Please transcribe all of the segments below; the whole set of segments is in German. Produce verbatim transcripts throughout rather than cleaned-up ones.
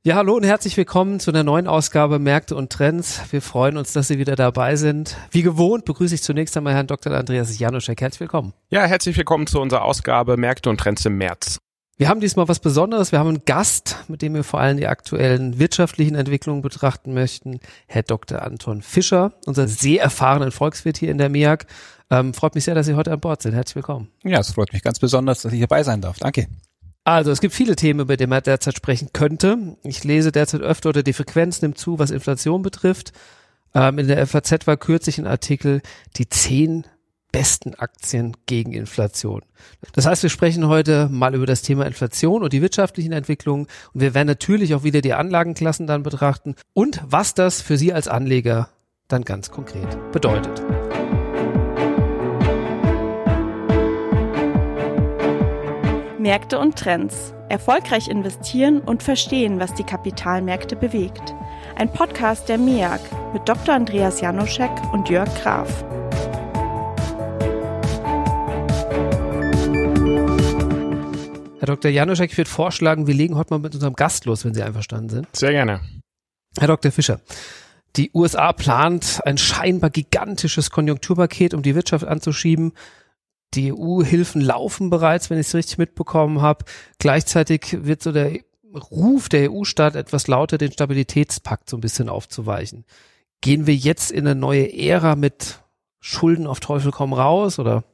Ja, hallo und herzlich willkommen zu einer neuen Ausgabe Märkte und Trends. Wir freuen uns, dass Sie wieder dabei sind. Wie gewohnt begrüße ich zunächst einmal Herrn Doktor Andreas Januschek. Herzlich willkommen. Ja, herzlich willkommen zu unserer Ausgabe Märkte und Trends im März. Wir haben diesmal was Besonderes. Wir haben einen Gast, mit dem wir vor allem die aktuellen wirtschaftlichen Entwicklungen betrachten möchten. Herr Doktor Anton Fischer, unser sehr erfahrenen Volkswirt hier in der M I A G. Ähm, freut mich sehr, dass Sie heute an Bord sind. Herzlich willkommen. Ja, es freut mich ganz besonders, dass ich dabei sein darf. Danke. Also es gibt viele Themen, über die man derzeit sprechen könnte. Ich lese derzeit öfter, oder die Frequenz nimmt zu, was Inflation betrifft. Ähm, in der F A Z war kürzlich ein Artikel, die zehn besten Aktien gegen Inflation. Das heißt, wir sprechen heute mal über das Thema Inflation und die wirtschaftlichen Entwicklungen. Und wir werden natürlich auch wieder die Anlagenklassen dann betrachten und was das für Sie als Anleger dann ganz konkret bedeutet. Märkte und Trends. Erfolgreich investieren und verstehen, was die Kapitalmärkte bewegt. Ein Podcast der M I A G mit Doktor Andreas Januschek und Jörg Graf. Herr Doktor Januschek, ich würde vorschlagen, wir legen heute mal mit unserem Gast los, wenn Sie einverstanden sind. Sehr gerne. Herr Doktor Fischer, die U S A plant ein scheinbar gigantisches Konjunkturpaket, um die Wirtschaft anzuschieben. Die E U-Hilfen laufen bereits, wenn ich es richtig mitbekommen habe. Gleichzeitig wird so der Ruf der E U-Staaten etwas lauter, den Stabilitätspakt so ein bisschen aufzuweichen. Gehen wir jetzt in eine neue Ära mit Schulden auf Teufel komm raus, oder?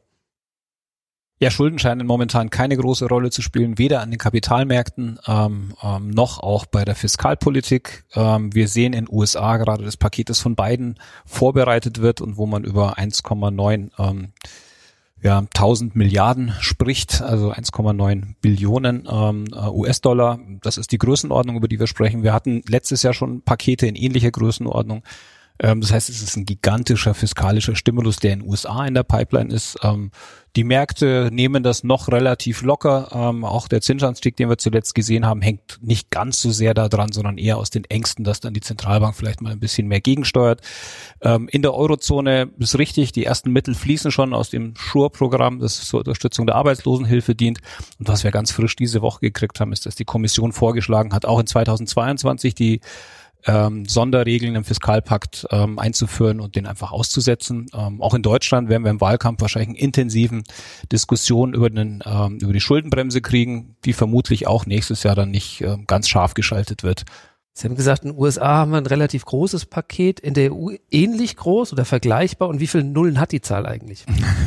Ja, Schulden scheinen momentan keine große Rolle zu spielen, weder an den Kapitalmärkten ähm, ähm, noch auch bei der Fiskalpolitik. Ähm, wir sehen in den U S A gerade das Paket, das von Biden vorbereitet wird und wo man über eins Komma neun ähm, ja, tausend Milliarden spricht, also eins Komma neun Billionen ähm, U S-Dollar. Das ist die Größenordnung, über die wir sprechen. Wir hatten letztes Jahr schon Pakete in ähnlicher Größenordnung. Ähm, das heißt, es ist ein gigantischer fiskalischer Stimulus, der in den U S A in der Pipeline ist. Ähm, die Märkte nehmen das noch relativ locker. Ähm, auch der Zinsanstieg, den wir zuletzt gesehen haben, hängt nicht ganz so sehr da dran, sondern eher aus den Ängsten, dass dann die Zentralbank vielleicht mal ein bisschen mehr gegensteuert. Ähm, in der Eurozone ist richtig, die ersten Mittel fließen schon aus dem Schur-Programm, das zur Unterstützung der Arbeitslosenhilfe dient. Und was wir ganz frisch diese Woche gekriegt haben, ist, dass die Kommission vorgeschlagen hat, auch in zweitausendzweiundzwanzig die Ähm, Sonderregeln im Fiskalpakt ähm, einzuführen und den einfach auszusetzen. Ähm, auch in Deutschland werden wir im Wahlkampf wahrscheinlich einen intensiven Diskussion über den ähm, über die Schuldenbremse kriegen, die vermutlich auch nächstes Jahr dann nicht ähm, ganz scharf geschaltet wird. Sie haben gesagt, in den U S A haben wir ein relativ großes Paket, in der E U ähnlich groß oder vergleichbar. Und wie viele Nullen hat die Zahl eigentlich?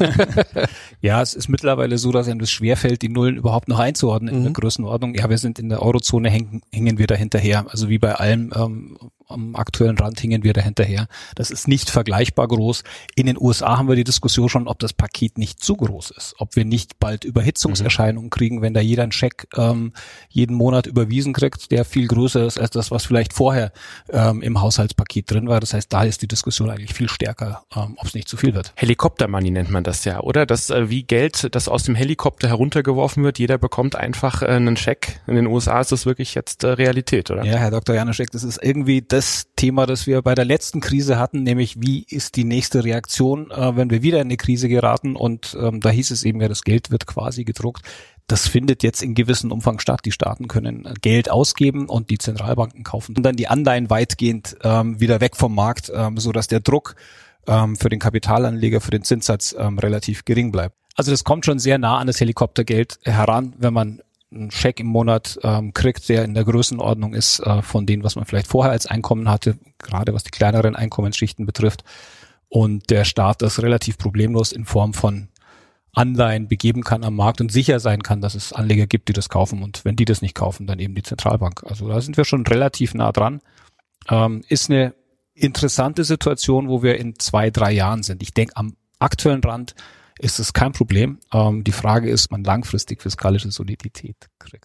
Ja, es ist mittlerweile so, dass einem das schwerfällt, die Nullen überhaupt noch einzuordnen mhm. in der Größenordnung. Ja, wir sind in der Eurozone, hängen, hängen wir da hinterher. Also wie bei allem ähm, am aktuellen Rand hängen wir da hinterher. Das ist nicht vergleichbar groß. In den U S A haben wir die Diskussion schon, ob das Paket nicht zu groß ist. Ob wir nicht bald Überhitzungserscheinungen kriegen, wenn da jeder einen Scheck ähm, jeden Monat überwiesen kriegt, der viel größer ist als das, was vielleicht vorher ähm, im Haushaltspaket drin war. Das heißt, da ist die Diskussion eigentlich viel stärker, ähm, ob es nicht zu viel wird. Helikoptermoney nennt man das ja, oder? Das äh, wie Geld, das aus dem Helikopter heruntergeworfen wird. Jeder bekommt einfach äh, einen Scheck. In den U S A ist das wirklich jetzt äh, Realität, oder? Ja, Herr Doktor Januschek, das ist irgendwie das Thema, das wir bei der letzten Krise hatten, nämlich wie ist die nächste Reaktion, äh, wenn wir wieder in eine Krise geraten, und ähm, da hieß es eben ja, das Geld wird quasi gedruckt. Das findet jetzt in gewissem Umfang statt. Die Staaten können Geld ausgeben und die Zentralbanken kaufen und dann die Anleihen weitgehend ähm, wieder weg vom Markt, ähm, so dass der Druck ähm, für den Kapitalanleger, für den Zinssatz ähm, relativ gering bleibt. Also das kommt schon sehr nah an das Helikoptergeld heran, wenn man einen Scheck im Monat ähm, kriegt, der in der Größenordnung ist äh, von dem, was man vielleicht vorher als Einkommen hatte, gerade was die kleineren Einkommensschichten betrifft. Und der Staat das relativ problemlos in Form von Anleihen begeben kann am Markt und sicher sein kann, dass es Anleger gibt, die das kaufen. Und wenn die das nicht kaufen, dann eben die Zentralbank. Also da sind wir schon relativ nah dran. Ähm, ist eine interessante Situation, wo wir in zwei, drei Jahren sind. Ich denke, am aktuellen Rand ist es kein Problem. Ähm, die Frage ist, ob man langfristig fiskalische Solidität kriegt.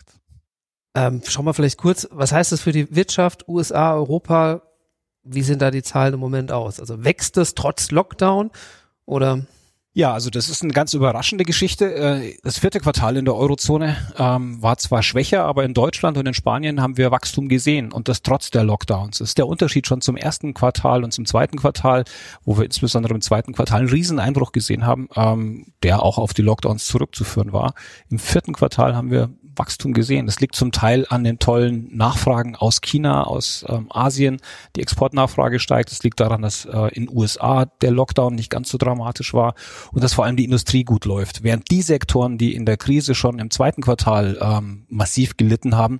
Ähm, schauen wir vielleicht kurz, was heißt das für die Wirtschaft, U S A, Europa? Wie sehen da die Zahlen im Moment aus? Also wächst es trotz Lockdown oder? Ja, also das ist eine ganz überraschende Geschichte. Das vierte Quartal in der Eurozone ähm, war zwar schwächer, aber in Deutschland und in Spanien haben wir Wachstum gesehen, und das trotz der Lockdowns. Das ist der Unterschied schon zum ersten Quartal und zum zweiten Quartal, wo wir insbesondere im zweiten Quartal einen riesen Einbruch gesehen haben, ähm, der auch auf die Lockdowns zurückzuführen war. Im vierten Quartal haben wir Wachstum gesehen. Das liegt zum Teil an den tollen Nachfragen aus China, aus ähm, Asien. Die Exportnachfrage steigt. Es liegt daran, dass äh, in den U S A der Lockdown nicht ganz so dramatisch war und dass vor allem die Industrie gut läuft. Während die Sektoren, die in der Krise schon im zweiten Quartal ähm, massiv gelitten haben,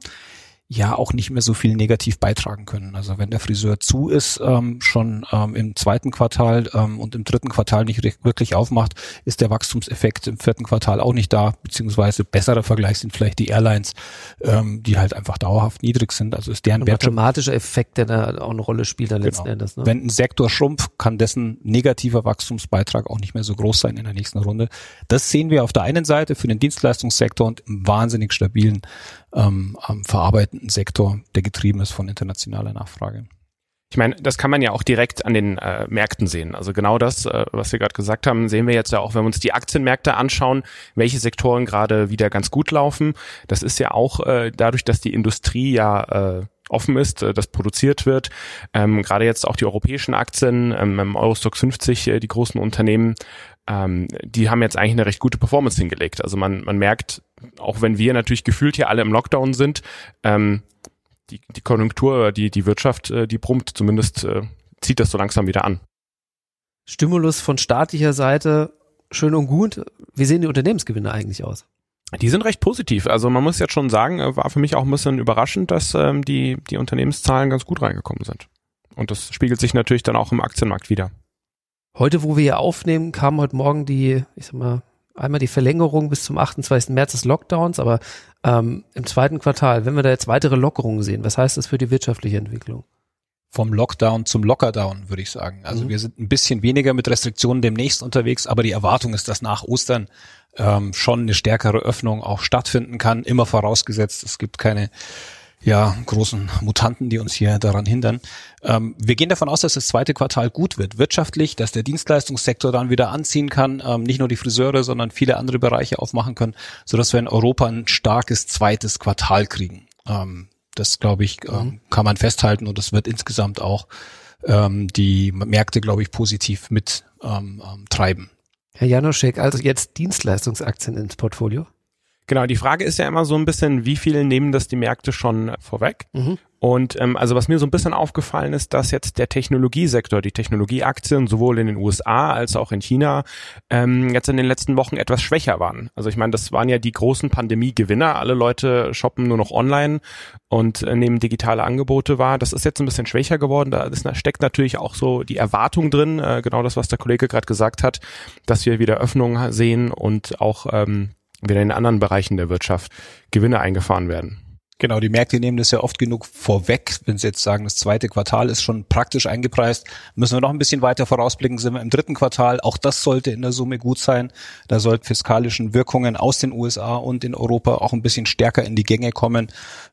ja auch nicht mehr so viel negativ beitragen können. Also wenn der Friseur zu ist, ähm, schon ähm, im zweiten Quartal ähm, und im dritten Quartal nicht re- wirklich aufmacht, ist der Wachstumseffekt im vierten Quartal auch nicht da, beziehungsweise besserer Vergleich sind vielleicht die Airlines, ähm, die halt einfach dauerhaft niedrig sind. Also ist deren ein mathematischer Effekt, der da auch eine Rolle spielt dann letzten genau. Endes. Ne? Wenn ein Sektor schrumpft, kann dessen negativer Wachstumsbeitrag auch nicht mehr so groß sein in der nächsten Runde. Das sehen wir auf der einen Seite für den Dienstleistungssektor und im wahnsinnig stabilen ähm, verarbeitenden Sektor, der getrieben ist von internationaler Nachfrage. Ich meine, das kann man ja auch direkt an den äh, Märkten sehen. Also genau das, äh, was wir gerade gesagt haben, sehen wir jetzt ja auch, wenn wir uns die Aktienmärkte anschauen, welche Sektoren gerade wieder ganz gut laufen. Das ist ja auch äh, dadurch, dass die Industrie ja äh, offen ist, äh, das produziert wird. Ähm, gerade jetzt auch die europäischen Aktien, ähm, im Eurostoxx fünfzig, äh, die großen Unternehmen, ähm, die haben jetzt eigentlich eine recht gute Performance hingelegt. Also man, man merkt, auch wenn wir natürlich gefühlt hier alle im Lockdown sind, ähm, die, die Konjunktur, die, die Wirtschaft, äh, die brummt, zumindest äh, zieht das so langsam wieder an. Stimulus von staatlicher Seite, schön und gut. Wie sehen die Unternehmensgewinne eigentlich aus? Die sind recht positiv. Also man muss jetzt schon sagen, war für mich auch ein bisschen überraschend, dass ähm, die, die Unternehmenszahlen ganz gut reingekommen sind. Und das spiegelt sich natürlich dann auch im Aktienmarkt wieder. Heute, wo wir hier aufnehmen, kam heute Morgen die, ich sag mal, einmal die Verlängerung bis zum achtundzwanzigsten März des Lockdowns, aber ähm, im zweiten Quartal, wenn wir da jetzt weitere Lockerungen sehen, was heißt das für die wirtschaftliche Entwicklung? Vom Lockdown zum Lockerdown, würde ich sagen. Also Mhm. wir sind ein bisschen weniger mit Restriktionen demnächst unterwegs, aber die Erwartung ist, dass nach Ostern ähm, schon eine stärkere Öffnung auch stattfinden kann, immer vorausgesetzt, es gibt keine ja großen Mutanten, die uns hier daran hindern. Ähm, wir gehen davon aus, dass das zweite Quartal gut wird, wirtschaftlich, dass der Dienstleistungssektor dann wieder anziehen kann, ähm, nicht nur die Friseure, sondern viele andere Bereiche aufmachen können, sodass wir in Europa ein starkes zweites Quartal kriegen. Ähm, das, glaube ich, ähm, kann man festhalten und das wird insgesamt auch ähm, die Märkte, glaube ich, positiv mit ähm, ähm, treiben. Herr Janoschek, also jetzt Dienstleistungsaktien ins Portfolio? Genau, die Frage ist ja immer so ein bisschen, wie viele nehmen das die Märkte schon vorweg? Mhm. Und ähm, also was mir so ein bisschen aufgefallen ist, dass jetzt der Technologiesektor, die Technologieaktien sowohl in den U S A als auch in China ähm, jetzt in den letzten Wochen etwas schwächer waren. Also ich meine, das waren ja die großen Pandemie-Gewinner. Alle Leute shoppen nur noch online und äh, nehmen digitale Angebote wahr. Das ist jetzt ein bisschen schwächer geworden. Da ist, da steckt natürlich auch so die Erwartung drin, äh, genau das, was der Kollege gerade gesagt hat, dass wir wieder Öffnungen sehen und auch ähm, wieder in anderen Bereichen der Wirtschaft Gewinne eingefahren werden. Genau, die Märkte nehmen das ja oft genug vorweg. Wenn sie jetzt sagen, das zweite Quartal ist schon praktisch eingepreist, müssen wir noch ein bisschen weiter vorausblicken, sind wir im dritten Quartal. Auch das sollte in der Summe gut sein. Da sollten fiskalischen Wirkungen aus den U S A und in Europa auch ein bisschen stärker in die Gänge kommen.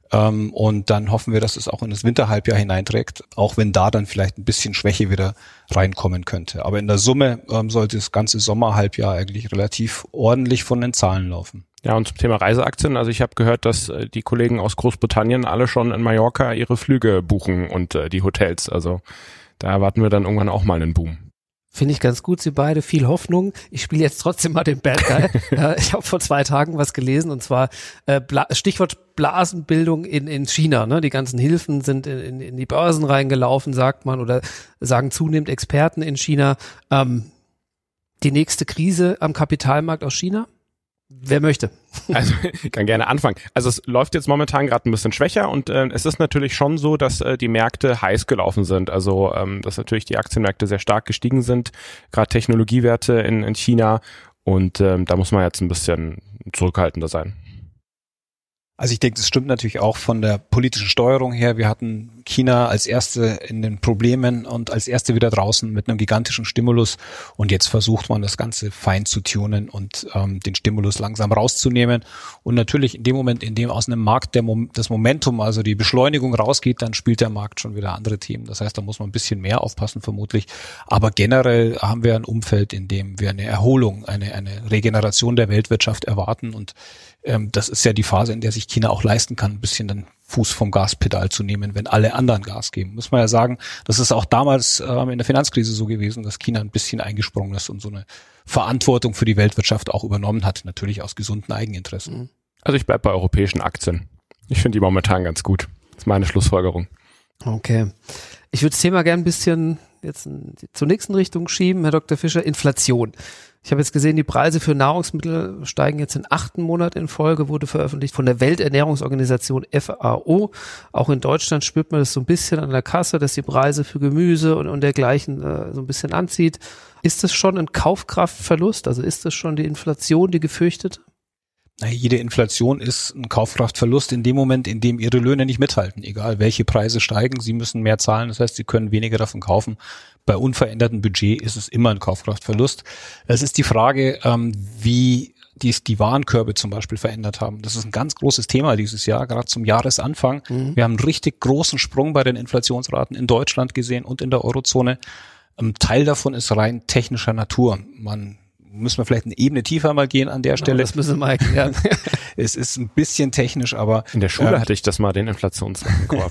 Und dann hoffen wir, dass es auch in das Winterhalbjahr hineinträgt, auch wenn da dann vielleicht ein bisschen Schwäche wieder reinkommen könnte. Aber in der Summe sollte das ganze Sommerhalbjahr eigentlich relativ ordentlich von den Zahlen laufen. Ja, und zum Thema Reiseaktien, also ich habe gehört, dass äh, die Kollegen aus Großbritannien alle schon in Mallorca ihre Flüge buchen und äh, die Hotels. Also da erwarten wir dann irgendwann auch mal einen Boom. Finde ich ganz gut, Sie beide, viel Hoffnung. Ich spiele jetzt trotzdem mal den Bad Guy. äh, ich habe vor zwei Tagen was gelesen und zwar äh, Bla- Stichwort Blasenbildung in in China. Ne? Die ganzen Hilfen sind in, in, in die Börsen reingelaufen, sagt man, oder sagen zunehmend Experten in China. Ähm, die nächste Krise am Kapitalmarkt aus China? Wer möchte? Also ich kann gerne anfangen. Also es läuft jetzt momentan gerade ein bisschen schwächer und äh, es ist natürlich schon so, dass äh, die Märkte heiß gelaufen sind. Also ähm, dass natürlich die Aktienmärkte sehr stark gestiegen sind, gerade Technologiewerte in, in China und ähm, da muss man jetzt ein bisschen zurückhaltender sein. Also ich denke, das stimmt natürlich auch von der politischen Steuerung her. Wir hatten China als erste in den Problemen und als erste wieder draußen mit einem gigantischen Stimulus. Und jetzt versucht man das Ganze fein zu tunen und ähm, den Stimulus langsam rauszunehmen. Und natürlich in dem Moment, in dem aus einem Markt der Mom- das Momentum, also die Beschleunigung rausgeht, dann spielt der Markt schon wieder andere Themen. Das heißt, da muss man ein bisschen mehr aufpassen vermutlich. Aber generell haben wir ein Umfeld, in dem wir eine Erholung, eine, eine Regeneration der Weltwirtschaft erwarten. Und ähm, das ist ja die Phase, in der sich China auch leisten kann, ein bisschen den Fuß vom Gaspedal zu nehmen, wenn alle anderen Gas geben. Muss man ja sagen, das ist auch damals ähm, in der Finanzkrise so gewesen, dass China ein bisschen eingesprungen ist und so eine Verantwortung für die Weltwirtschaft auch übernommen hat, natürlich aus gesunden Eigeninteressen. Also ich bleibe bei europäischen Aktien. Ich finde die momentan ganz gut. Das ist meine Schlussfolgerung. Okay. Ich würde das Thema gerne ein bisschen jetzt zur nächsten Richtung schieben, Herr Doktor Fischer. Inflation. Ich habe jetzt gesehen, die Preise für Nahrungsmittel steigen jetzt in achten Monat in Folge, wurde veröffentlicht von der Welternährungsorganisation F A O. Auch in Deutschland spürt man das so ein bisschen an der Kasse, dass die Preise für Gemüse und, und dergleichen äh, so ein bisschen anzieht. Ist das schon ein Kaufkraftverlust? Also ist das schon die Inflation, die gefürchtete? Jede Inflation ist ein Kaufkraftverlust in dem Moment, in dem ihre Löhne nicht mithalten. Egal welche Preise steigen, sie müssen mehr zahlen. Das heißt, sie können weniger davon kaufen. Bei unverändertem Budget ist es immer ein Kaufkraftverlust. Es ist die Frage, ähm, wie die, die Warenkörbe zum Beispiel verändert haben. Das ist ein ganz großes Thema dieses Jahr, gerade zum Jahresanfang. Mhm. Wir haben einen richtig großen Sprung bei den Inflationsraten in Deutschland gesehen und in der Eurozone. Ein Teil davon ist rein technischer Natur. Man müssen wir vielleicht eine Ebene tiefer mal gehen an der Stelle. Das müssen wir mal erklären. Es ist ein bisschen technisch, aber in der Schule ähm, hatte ich das mal, den Inflationswarenkorb.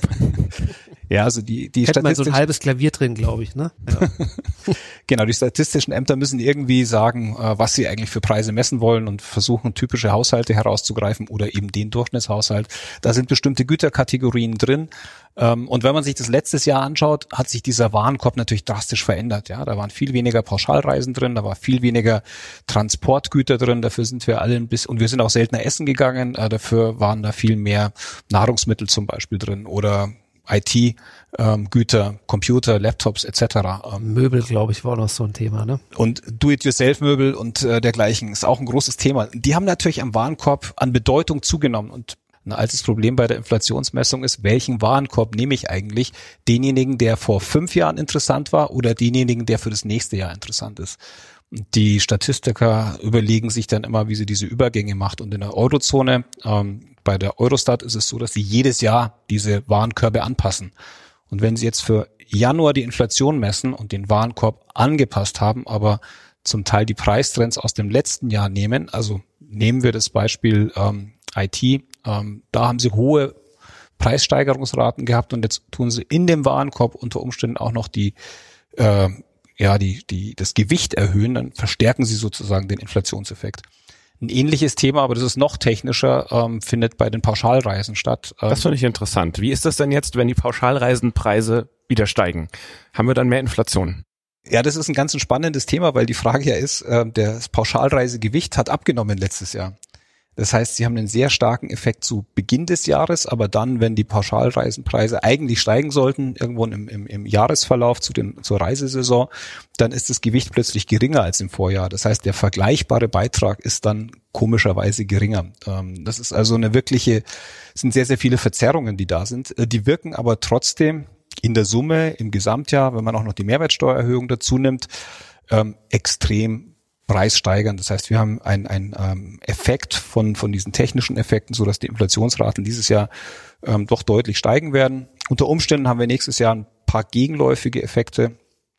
Ja, also die die Hätte man so ein halbes Klavier drin, glaube ich, ne? Ja. Genau, die statistischen Ämter müssen irgendwie sagen, was sie eigentlich für Preise messen wollen und versuchen, typische Haushalte herauszugreifen oder eben den Durchschnittshaushalt. Da sind bestimmte Güterkategorien drin. Und wenn man sich das letztes Jahr anschaut, hat sich dieser Warenkorb natürlich drastisch verändert. Ja, da waren viel weniger Pauschalreisen drin, da war viel weniger Transportgüter drin. Dafür sind wir alle ein bisschen, und wir sind auch seltener essen gegangen. Dafür waren da viel mehr Nahrungsmittel zum Beispiel drin oder I T-Güter, ähm, Computer, Laptops et cetera. Ähm, Möbel, glaube ich, war noch so ein Thema, ne? Und Do-it-yourself-Möbel und äh, dergleichen ist auch ein großes Thema. Die haben natürlich am Warenkorb an Bedeutung zugenommen. Und ein altes Problem bei der Inflationsmessung ist, welchen Warenkorb nehme ich eigentlich? Denjenigen, der vor fünf Jahren interessant war oder denjenigen, der für das nächste Jahr interessant ist? Die Statistiker überlegen sich dann immer, wie sie diese Übergänge macht. Und in der Eurozone, ähm, bei der Eurostat ist es so, dass sie jedes Jahr diese Warenkörbe anpassen. Und wenn sie jetzt für Januar die Inflation messen und den Warenkorb angepasst haben, aber zum Teil die Preistrends aus dem letzten Jahr nehmen, also nehmen wir das Beispiel ähm, I T, ähm, da haben sie hohe Preissteigerungsraten gehabt und jetzt tun sie in dem Warenkorb unter Umständen auch noch die äh, ja, die, die, das Gewicht erhöhen, dann verstärken sie sozusagen den Inflationseffekt. Ein ähnliches Thema, aber das ist noch technischer, ähm, findet bei den Pauschalreisen statt. Ähm, das finde ich interessant. Wie ist das denn jetzt, wenn die Pauschalreisenpreise wieder steigen? Haben wir dann mehr Inflation? Ja, das ist ein ganz spannendes Thema, weil die Frage ja ist, äh, das Pauschalreisegewicht hat abgenommen letztes Jahr. Das heißt, sie haben einen sehr starken Effekt zu Beginn des Jahres, aber dann, wenn die Pauschalreisenpreise eigentlich steigen sollten, irgendwo im, im, im Jahresverlauf zu den, zur Reisesaison, dann ist das Gewicht plötzlich geringer als im Vorjahr. Das heißt, der vergleichbare Beitrag ist dann komischerweise geringer. Ähm, das ist also eine wirkliche, es sind sehr, sehr viele Verzerrungen, die da sind. Die wirken aber trotzdem in der Summe, im Gesamtjahr, wenn man auch noch die Mehrwertsteuererhöhung dazu nimmt, ähm, extrem Preis steigern. Das heißt, wir haben einen, einen ähm, Effekt von von diesen technischen Effekten, so dass die Inflationsraten dieses Jahr ähm, doch deutlich steigen werden. Unter Umständen haben wir nächstes Jahr ein paar gegenläufige Effekte,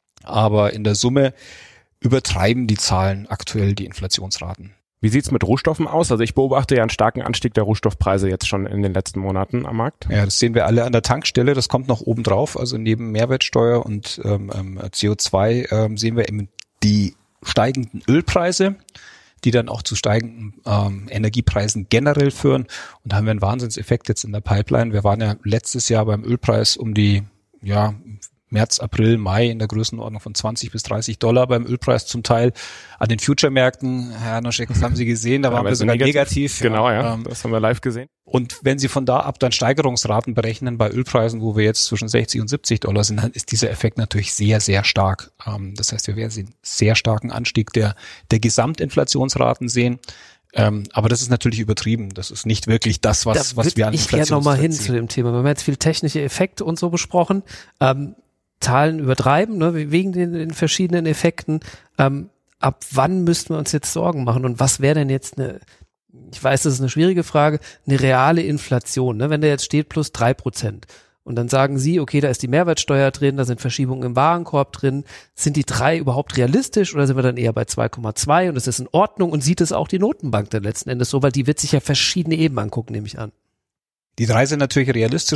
aber in der Summe übertreiben die Zahlen aktuell die Inflationsraten. Wie sieht's mit Rohstoffen aus? Also ich beobachte ja einen starken Anstieg der Rohstoffpreise jetzt schon in den letzten Monaten am Markt. Ja, das sehen wir alle an der Tankstelle. Das kommt noch oben drauf. Also neben Mehrwertsteuer und ähm, C O zwei ähm, sehen wir eben die steigenden Ölpreise, die dann auch zu steigenden ähm, Energiepreisen generell führen. Und da haben wir einen Wahnsinnseffekt jetzt in der Pipeline. Wir waren ja letztes Jahr beim Ölpreis um die ja März, April, Mai in der Größenordnung von zwanzig bis dreißig Dollar beim Ölpreis zum Teil. An den Future-Märkten, Herr Noschek, das haben Sie gesehen, da waren wir sogar negativ. negativ. Genau, ja, ja, das haben wir live gesehen. Und wenn Sie von da ab dann Steigerungsraten berechnen bei Ölpreisen, wo wir jetzt zwischen sechzig und siebzig Dollar sind, dann ist dieser Effekt natürlich sehr, sehr stark. Das heißt, wir werden einen sehr starken Anstieg der, der Gesamtinflationsraten sehen. Ähm, aber das ist natürlich übertrieben. Das ist nicht wirklich das, was, da was wir an Inflation. Ich gehe nochmal hin zu dem Thema. Wir haben jetzt viel technische Effekte und so besprochen. Ähm, Zahlen übertreiben, ne, wegen den, den verschiedenen Effekten. Ähm, ab wann müssten wir uns jetzt Sorgen machen? Und was wäre denn jetzt eine, ich weiß, das ist eine schwierige Frage, eine reale Inflation, ne? Wenn da jetzt steht plus drei Prozent. Und dann sagen Sie, okay, da ist die Mehrwertsteuer drin, da sind Verschiebungen im Warenkorb drin. Sind die drei überhaupt realistisch oder sind wir dann eher bei zwei Komma zwei und ist das in Ordnung? Und sieht es auch die Notenbank dann letzten Endes so? Weil die wird sich ja verschiedene Ebenen angucken, nehme ich an. Die drei sind natürlich realistisch,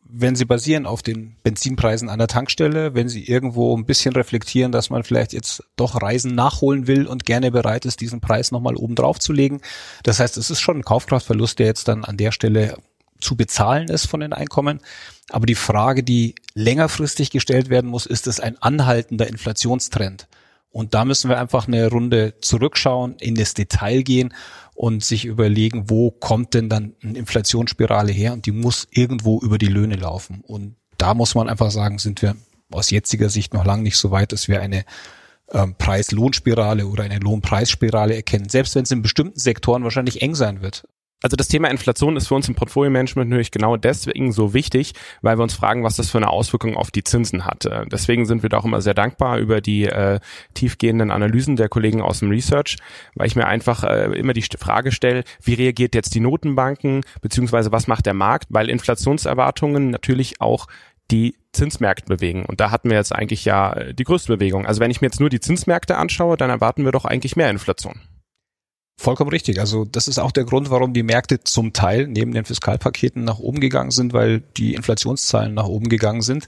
wenn sie basieren auf den Benzinpreisen an der Tankstelle, wenn sie irgendwo ein bisschen reflektieren, dass man vielleicht jetzt doch Reisen nachholen will und gerne bereit ist, diesen Preis nochmal oben drauf zu legen. Das heißt, es ist schon ein Kaufkraftverlust, der jetzt dann an der Stelle zu bezahlen ist von den Einkommen. Aber die Frage, die längerfristig gestellt werden muss, ist es ein anhaltender Inflationstrend? Und da müssen wir einfach eine Runde zurückschauen, in das Detail gehen und sich überlegen, wo kommt denn dann eine Inflationsspirale her? Und die muss irgendwo über die Löhne laufen. Und da muss man einfach sagen, sind wir aus jetziger Sicht noch lange nicht so weit, dass wir eine ähm, Preis-Lohn-Spirale oder eine Lohnpreisspirale erkennen. Selbst wenn es in bestimmten Sektoren wahrscheinlich eng sein wird. Also das Thema Inflation ist für uns im Portfolio-Management natürlich genau deswegen so wichtig, weil wir uns fragen, was das für eine Auswirkung auf die Zinsen hat. Deswegen sind wir da auch immer sehr dankbar über die äh, tiefgehenden Analysen der Kollegen aus dem Research, weil ich mir einfach äh, immer die Frage stelle, wie reagiert jetzt die Notenbanken, beziehungsweise was macht der Markt, weil Inflationserwartungen natürlich auch die Zinsmärkte bewegen. Und da hatten wir jetzt eigentlich ja die größte Bewegung. Also wenn ich mir jetzt nur die Zinsmärkte anschaue, dann erwarten wir doch eigentlich mehr Inflation. Vollkommen richtig. Also das ist auch der Grund, warum die Märkte zum Teil neben den Fiskalpaketen nach oben gegangen sind, weil die Inflationszahlen nach oben gegangen sind.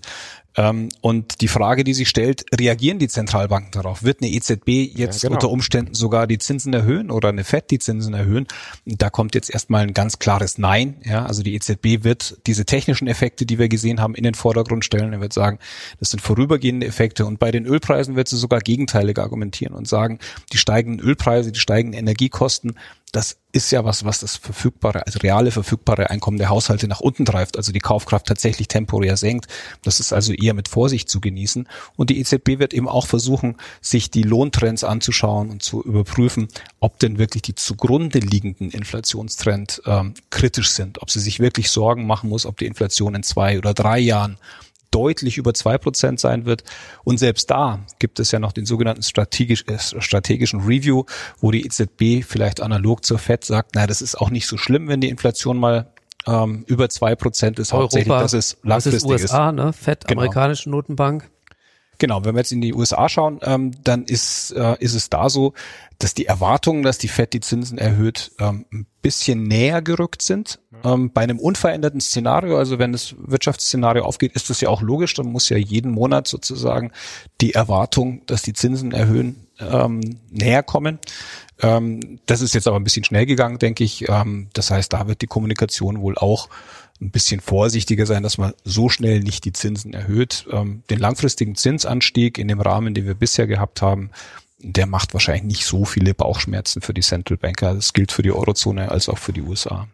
Und die Frage, die sich stellt, reagieren die Zentralbanken darauf? Wird eine E Z B jetzt ja, genau. unter Umständen sogar die Zinsen erhöhen oder eine Fed die Zinsen erhöhen? Da kommt jetzt erstmal ein ganz klares Nein. Ja, also die E Z B wird diese technischen Effekte, die wir gesehen haben, in den Vordergrund stellen. Er wird sagen, das sind vorübergehende Effekte. Und bei den Ölpreisen wird sie sogar gegenteilig argumentieren und sagen, die steigenden Ölpreise, die steigenden Energiekosten, das ist ja was, was das verfügbare, also reale verfügbare Einkommen der Haushalte nach unten treibt, also die Kaufkraft tatsächlich temporär senkt. Das ist also eher mit Vorsicht zu genießen. Und die E Z B wird eben auch versuchen, sich die Lohntrends anzuschauen und zu überprüfen, ob denn wirklich die zugrunde liegenden Inflationstrends ähm, kritisch sind, ob sie sich wirklich Sorgen machen muss, ob die Inflation in zwei oder drei Jahren deutlich über zwei Prozent sein wird. Und selbst da gibt es ja noch den sogenannten strategisch, äh, strategischen Review, wo die E Z B vielleicht analog zur Fed sagt, naja, das ist auch nicht so schlimm, wenn die Inflation mal ähm, über zwei Prozent ist. Europa, hauptsächlich, dass es langfristig ist. U S A, ne? Fed, genau. Amerikanische Notenbank. Genau, wenn wir jetzt in die U S A schauen, ähm, dann ist äh, ist es da so, dass die Erwartungen, dass die Fed die Zinsen erhöht, ähm, ein bisschen näher gerückt sind. Ähm, bei einem unveränderten Szenario, also wenn das Wirtschaftsszenario aufgeht, ist das ja auch logisch, dann muss ja jeden Monat sozusagen die Erwartung, dass die Zinsen erhöhen, ähm, näher kommen. Ähm, das ist jetzt aber ein bisschen schnell gegangen, denke ich. Ähm, das heißt, da wird die Kommunikation wohl auch ein bisschen vorsichtiger sein, dass man so schnell nicht die Zinsen erhöht. Ähm, den langfristigen Zinsanstieg in dem Rahmen, den wir bisher gehabt haben, der macht wahrscheinlich nicht so viele Bauchschmerzen für die Central Banker. Das gilt für die Eurozone als auch für die U S A.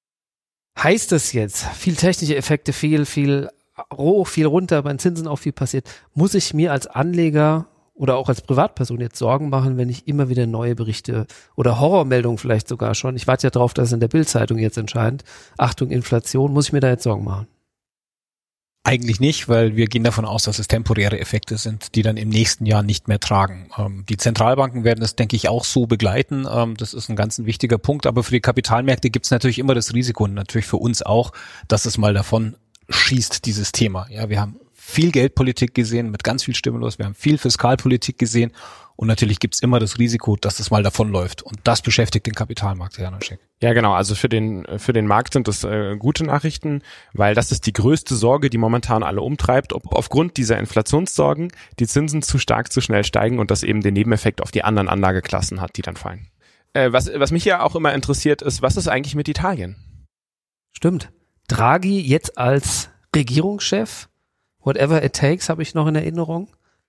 Heißt das jetzt, viel technische Effekte, viel, viel hoch, viel runter, bei den Zinsen auch viel passiert, muss ich mir als Anleger oder auch als Privatperson jetzt Sorgen machen, wenn ich immer wieder neue Berichte oder Horrormeldungen vielleicht sogar schon, ich warte ja drauf, dass es in der Bild-Zeitung jetzt entscheidend, Achtung, Inflation, muss ich mir da jetzt Sorgen machen? Eigentlich nicht, weil wir gehen davon aus, dass es temporäre Effekte sind, die dann im nächsten Jahr nicht mehr tragen. Ähm, die Zentralbanken werden das, denke ich, auch so begleiten. Ähm, das ist ein ganz ein wichtiger Punkt. Aber für die Kapitalmärkte gibt es natürlich immer das Risiko und natürlich für uns auch, dass es mal davon schießt, dieses Thema. Ja, wir haben viel Geldpolitik gesehen mit ganz viel Stimulus. Wir haben viel Fiskalpolitik gesehen. Und natürlich gibt's immer das Risiko, dass das mal davonläuft. Und das beschäftigt den Kapitalmarkt, Herr Janoschek. Ja, genau. Also für den für den Markt sind das äh, gute Nachrichten, weil das ist die größte Sorge, die momentan alle umtreibt, ob aufgrund dieser Inflationssorgen die Zinsen zu stark, zu schnell steigen und das eben den Nebeneffekt auf die anderen Anlageklassen hat, die dann fallen. Äh, was was mich ja auch immer interessiert ist, was ist eigentlich mit Italien? Stimmt. Draghi jetzt als Regierungschef, whatever it takes, habe ich noch in Erinnerung.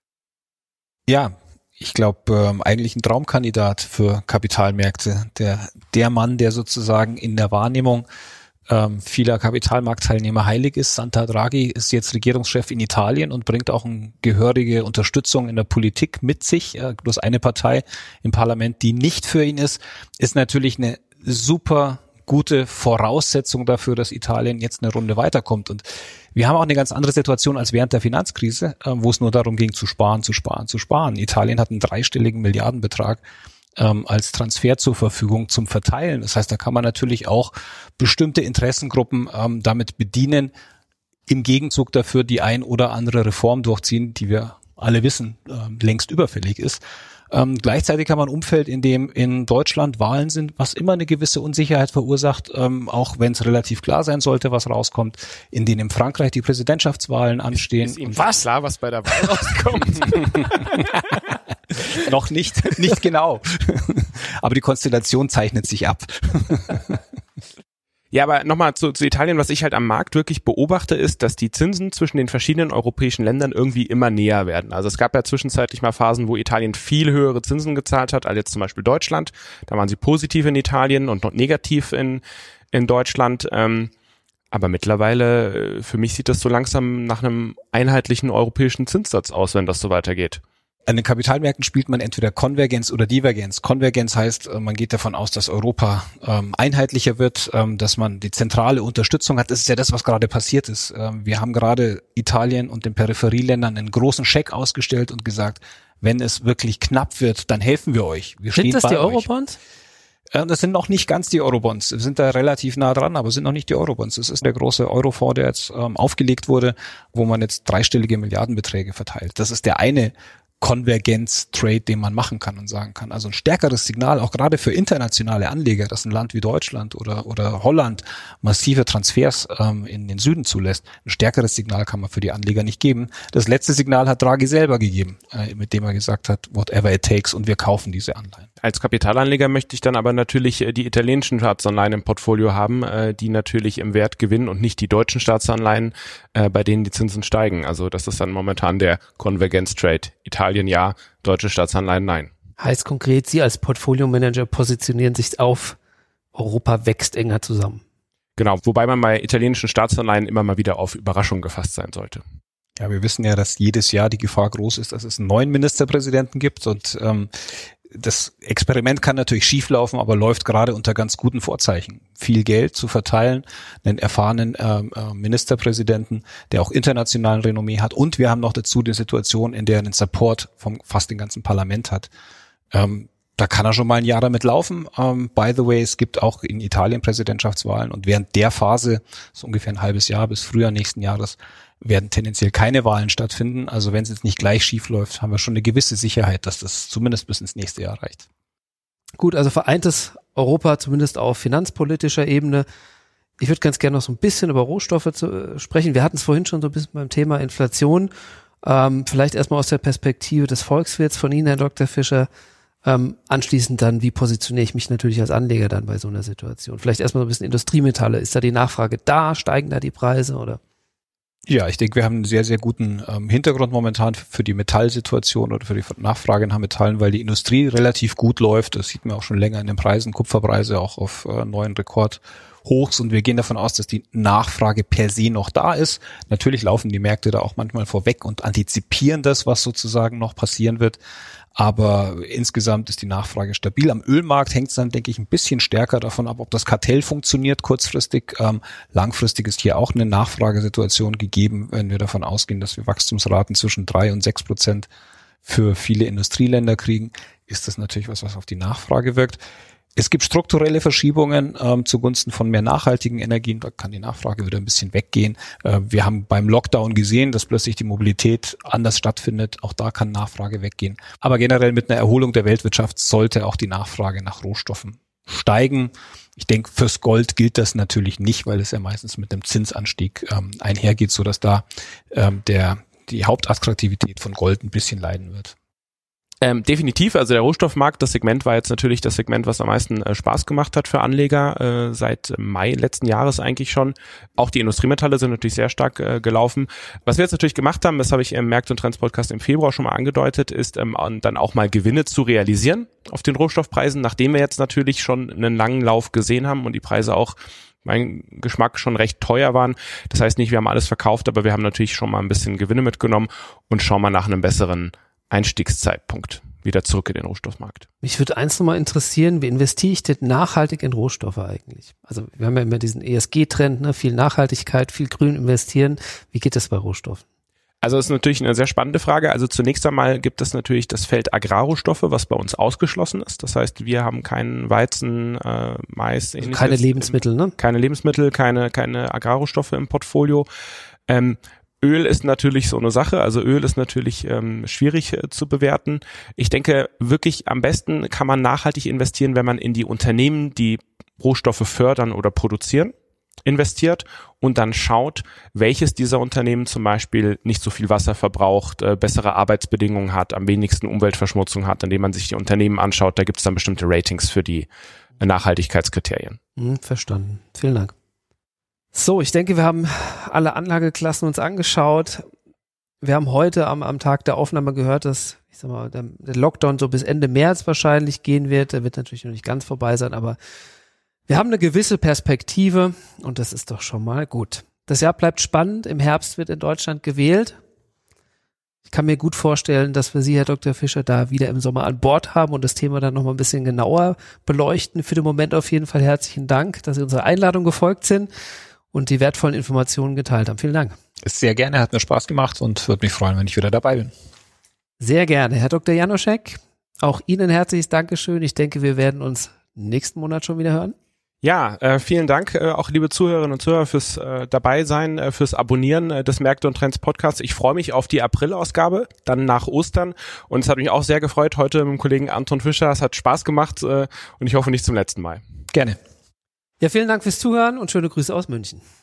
Ja. Ich glaube, ähm, eigentlich ein Traumkandidat für Kapitalmärkte. Der der Mann, der sozusagen in der Wahrnehmung ähm, vieler Kapitalmarktteilnehmer heilig ist. Santa Draghi ist jetzt Regierungschef in Italien und bringt auch eine gehörige Unterstützung in der Politik mit sich. Äh, bloß eine Partei im Parlament, die nicht für ihn ist, ist natürlich eine super gute Voraussetzung dafür, dass Italien jetzt eine Runde weiterkommt. Und wir haben auch eine ganz andere Situation als während der Finanzkrise, wo es nur darum ging, zu sparen, zu sparen, zu sparen. Italien hat einen dreistelligen Milliardenbetrag ähm, als Transfer zur Verfügung zum Verteilen. Das heißt, da kann man natürlich auch bestimmte Interessengruppen ähm, damit bedienen, im Gegenzug dafür die ein oder andere Reform durchziehen, die wir alle wissen, äh, längst überfällig ist. Ähm, gleichzeitig haben wir ein Umfeld, in dem in Deutschland Wahlen sind, was immer eine gewisse Unsicherheit verursacht, ähm, auch wenn es relativ klar sein sollte, was rauskommt, in denen in Frankreich die Präsidentschaftswahlen anstehen. Ist, ist Ihnen was klar, was bei der Wahl rauskommt? Noch nicht, nicht genau. Aber die Konstellation zeichnet sich ab. Ja, aber nochmal zu, zu Italien, was ich halt am Markt wirklich beobachte, ist, dass die Zinsen zwischen den verschiedenen europäischen Ländern irgendwie immer näher werden. Also es gab ja zwischenzeitlich mal Phasen, wo Italien viel höhere Zinsen gezahlt hat, als jetzt zum Beispiel Deutschland. Da waren sie positiv in Italien und noch negativ in, in Deutschland. Ähm, aber mittlerweile, für mich sieht das so langsam nach einem einheitlichen europäischen Zinssatz aus, wenn das so weitergeht. An den Kapitalmärkten spielt man entweder Konvergenz oder Divergenz. Konvergenz heißt, man geht davon aus, dass Europa ähm, einheitlicher wird, ähm, dass man die zentrale Unterstützung hat. Das ist ja das, was gerade passiert ist. Ähm, wir haben gerade Italien und den Peripherieländern einen großen Scheck ausgestellt und gesagt, wenn es wirklich knapp wird, dann helfen wir euch. Wir sind stehen das bei die euch. Eurobonds? Äh, das sind noch nicht ganz die Eurobonds. Wir sind da relativ nah dran, aber sind noch nicht die Eurobonds. Das ist der große Eurofonds, der jetzt ähm, aufgelegt wurde, wo man jetzt dreistellige Milliardenbeträge verteilt. Das ist der eine Konvergenz-Trade, den man machen kann und sagen kann. Also ein stärkeres Signal, auch gerade für internationale Anleger, dass ein Land wie Deutschland oder oder Holland massive Transfers ähm, in den Süden zulässt. Ein stärkeres Signal kann man für die Anleger nicht geben. Das letzte Signal hat Draghi selber gegeben, äh, mit dem er gesagt hat, whatever it takes, und wir kaufen diese Anleihen. Als Kapitalanleger möchte ich dann aber natürlich die italienischen Staatsanleihen im Portfolio haben, äh, die natürlich im Wert gewinnen und nicht die deutschen Staatsanleihen, äh, bei denen die Zinsen steigen. Also das ist dann momentan der Konvergenz-Trade. Italien ja, deutsche Staatsanleihen nein. Heißt konkret, Sie als Portfolio-Manager positionieren sich auf Europa wächst enger zusammen. Genau, wobei man bei italienischen Staatsanleihen immer mal wieder auf Überraschung gefasst sein sollte. Ja, wir wissen ja, dass jedes Jahr die Gefahr groß ist, dass es einen neuen Ministerpräsidenten gibt, und ähm, das Experiment kann natürlich schieflaufen, aber läuft gerade unter ganz guten Vorzeichen. Viel Geld zu verteilen, einen erfahrenen äh, Ministerpräsidenten, der auch internationalen Renommee hat, und wir haben noch dazu die Situation, in der er einen Support vom fast den ganzen Parlament hat. Ähm, da kann er schon mal ein Jahr damit laufen. Um, by the way, es gibt auch in Italien Präsidentschaftswahlen, und während der Phase, so ungefähr ein halbes Jahr bis Frühjahr nächsten Jahres, werden tendenziell keine Wahlen stattfinden. Also wenn es jetzt nicht gleich schief läuft, haben wir schon eine gewisse Sicherheit, dass das zumindest bis ins nächste Jahr reicht. Gut, also vereintes Europa, zumindest auf finanzpolitischer Ebene. Ich würde ganz gerne noch so ein bisschen über Rohstoffe zu, äh, sprechen. Wir hatten es vorhin schon so ein bisschen beim Thema Inflation. Ähm, vielleicht erstmal aus der Perspektive des Volkswirts von Ihnen, Herr Doktor Fischer. Ähm, anschließend dann, wie positioniere ich mich natürlich als Anleger dann bei so einer Situation? Vielleicht erstmal so ein bisschen Industriemetalle. Ist da die Nachfrage da? Steigen da die Preise oder? Ja, ich denke, wir haben einen sehr, sehr guten ähm, Hintergrund momentan für die Metallsituation oder für die Nachfrage nach Metallen, weil die Industrie relativ gut läuft. Das sieht man auch schon länger in den Preisen, Kupferpreise auch auf äh, neuen Rekordhochs, und wir gehen davon aus, dass die Nachfrage per se noch da ist. Natürlich laufen die Märkte da auch manchmal vorweg und antizipieren das, was sozusagen noch passieren wird. Aber insgesamt ist die Nachfrage stabil. Am Ölmarkt hängt es dann, denke ich, ein bisschen stärker davon ab, ob das Kartell funktioniert kurzfristig. Ähm, langfristig ist hier auch eine Nachfragesituation gegeben, wenn wir davon ausgehen, dass wir Wachstumsraten zwischen drei und sechs Prozent für viele Industrieländer kriegen, ist das natürlich was, was auf die Nachfrage wirkt. Es gibt strukturelle Verschiebungen ähm, zugunsten von mehr nachhaltigen Energien. Da kann die Nachfrage wieder ein bisschen weggehen. Äh, wir haben beim Lockdown gesehen, dass plötzlich die Mobilität anders stattfindet. Auch da kann Nachfrage weggehen. Aber generell mit einer Erholung der Weltwirtschaft sollte auch die Nachfrage nach Rohstoffen steigen. Ich denke, fürs Gold gilt das natürlich nicht, weil es ja meistens mit einem Zinsanstieg ähm, einhergeht, sodass da ähm, der die Hauptattraktivität von Gold ein bisschen leiden wird. Ähm, definitiv, also der Rohstoffmarkt, das Segment war jetzt natürlich das Segment, was am meisten äh, Spaß gemacht hat für Anleger, äh, seit Mai letzten Jahres eigentlich schon. Auch die Industriemetalle sind natürlich sehr stark äh, gelaufen. Was wir jetzt natürlich gemacht haben, das habe ich im Märkte und Trends Podcast im Februar schon mal angedeutet, ist ähm, dann auch mal Gewinne zu realisieren auf den Rohstoffpreisen, nachdem wir jetzt natürlich schon einen langen Lauf gesehen haben und die Preise auch mein Geschmack schon recht teuer waren. Das heißt nicht, wir haben alles verkauft, aber wir haben natürlich schon mal ein bisschen Gewinne mitgenommen und schauen mal nach einem besseren Einstiegszeitpunkt wieder zurück in den Rohstoffmarkt. Mich würde eins nochmal interessieren, wie investiere ich denn nachhaltig in Rohstoffe eigentlich? Also wir haben ja immer diesen E S G-Trend, ne? Viel Nachhaltigkeit, viel grün investieren. Wie geht das bei Rohstoffen? Also das ist natürlich eine sehr spannende Frage. Also zunächst einmal gibt es natürlich das Feld Agrarrohstoffe, was bei uns ausgeschlossen ist. Das heißt, wir haben keinen Weizen, äh, Mais, also keine Lebensmittel, ne? Keine Lebensmittel, keine keine Agrarrohstoffe im Portfolio. Ähm, Öl ist natürlich so eine Sache, also Öl ist natürlich ähm, schwierig äh, zu bewerten. Ich denke, wirklich am besten kann man nachhaltig investieren, wenn man in die Unternehmen, die Rohstoffe fördern oder produzieren, investiert und dann schaut, welches dieser Unternehmen zum Beispiel nicht so viel Wasser verbraucht, äh, bessere Arbeitsbedingungen hat, am wenigsten Umweltverschmutzung hat, indem man sich die Unternehmen anschaut. Da gibt es dann bestimmte Ratings für die äh, Nachhaltigkeitskriterien. Hm, verstanden. Vielen Dank. So, ich denke, wir haben alle Anlageklassen uns angeschaut. Wir haben heute am, am Tag der Aufnahme gehört, dass, ich sag mal, der, der Lockdown so bis Ende März wahrscheinlich gehen wird. Der wird natürlich noch nicht ganz vorbei sein, aber wir haben eine gewisse Perspektive und das ist doch schon mal gut. Das Jahr bleibt spannend. Im Herbst wird in Deutschland gewählt. Ich kann mir gut vorstellen, dass wir Sie, Herr Doktor Fischer, da wieder im Sommer an Bord haben und das Thema dann noch mal ein bisschen genauer beleuchten. Für den Moment auf jeden Fall herzlichen Dank, dass Sie unserer Einladung gefolgt sind und die wertvollen Informationen geteilt haben. Vielen Dank. Sehr gerne, hat mir Spaß gemacht und würde mich freuen, wenn ich wieder dabei bin. Sehr gerne. Herr Doktor Janoschek, auch Ihnen herzliches Dankeschön. Ich denke, wir werden uns nächsten Monat schon wieder hören. Ja, äh, vielen Dank, äh, auch liebe Zuhörerinnen und Zuhörer, fürs äh, Dabeisein, äh, fürs Abonnieren äh, des Märkte und Trends Podcasts. Ich freue mich auf die April-Ausgabe, dann nach Ostern. Und es hat mich auch sehr gefreut heute mit dem Kollegen Anton Fischer. Es hat Spaß gemacht äh, und ich hoffe nicht zum letzten Mal. Gerne. Ja, vielen Dank fürs Zuhören und schöne Grüße aus München.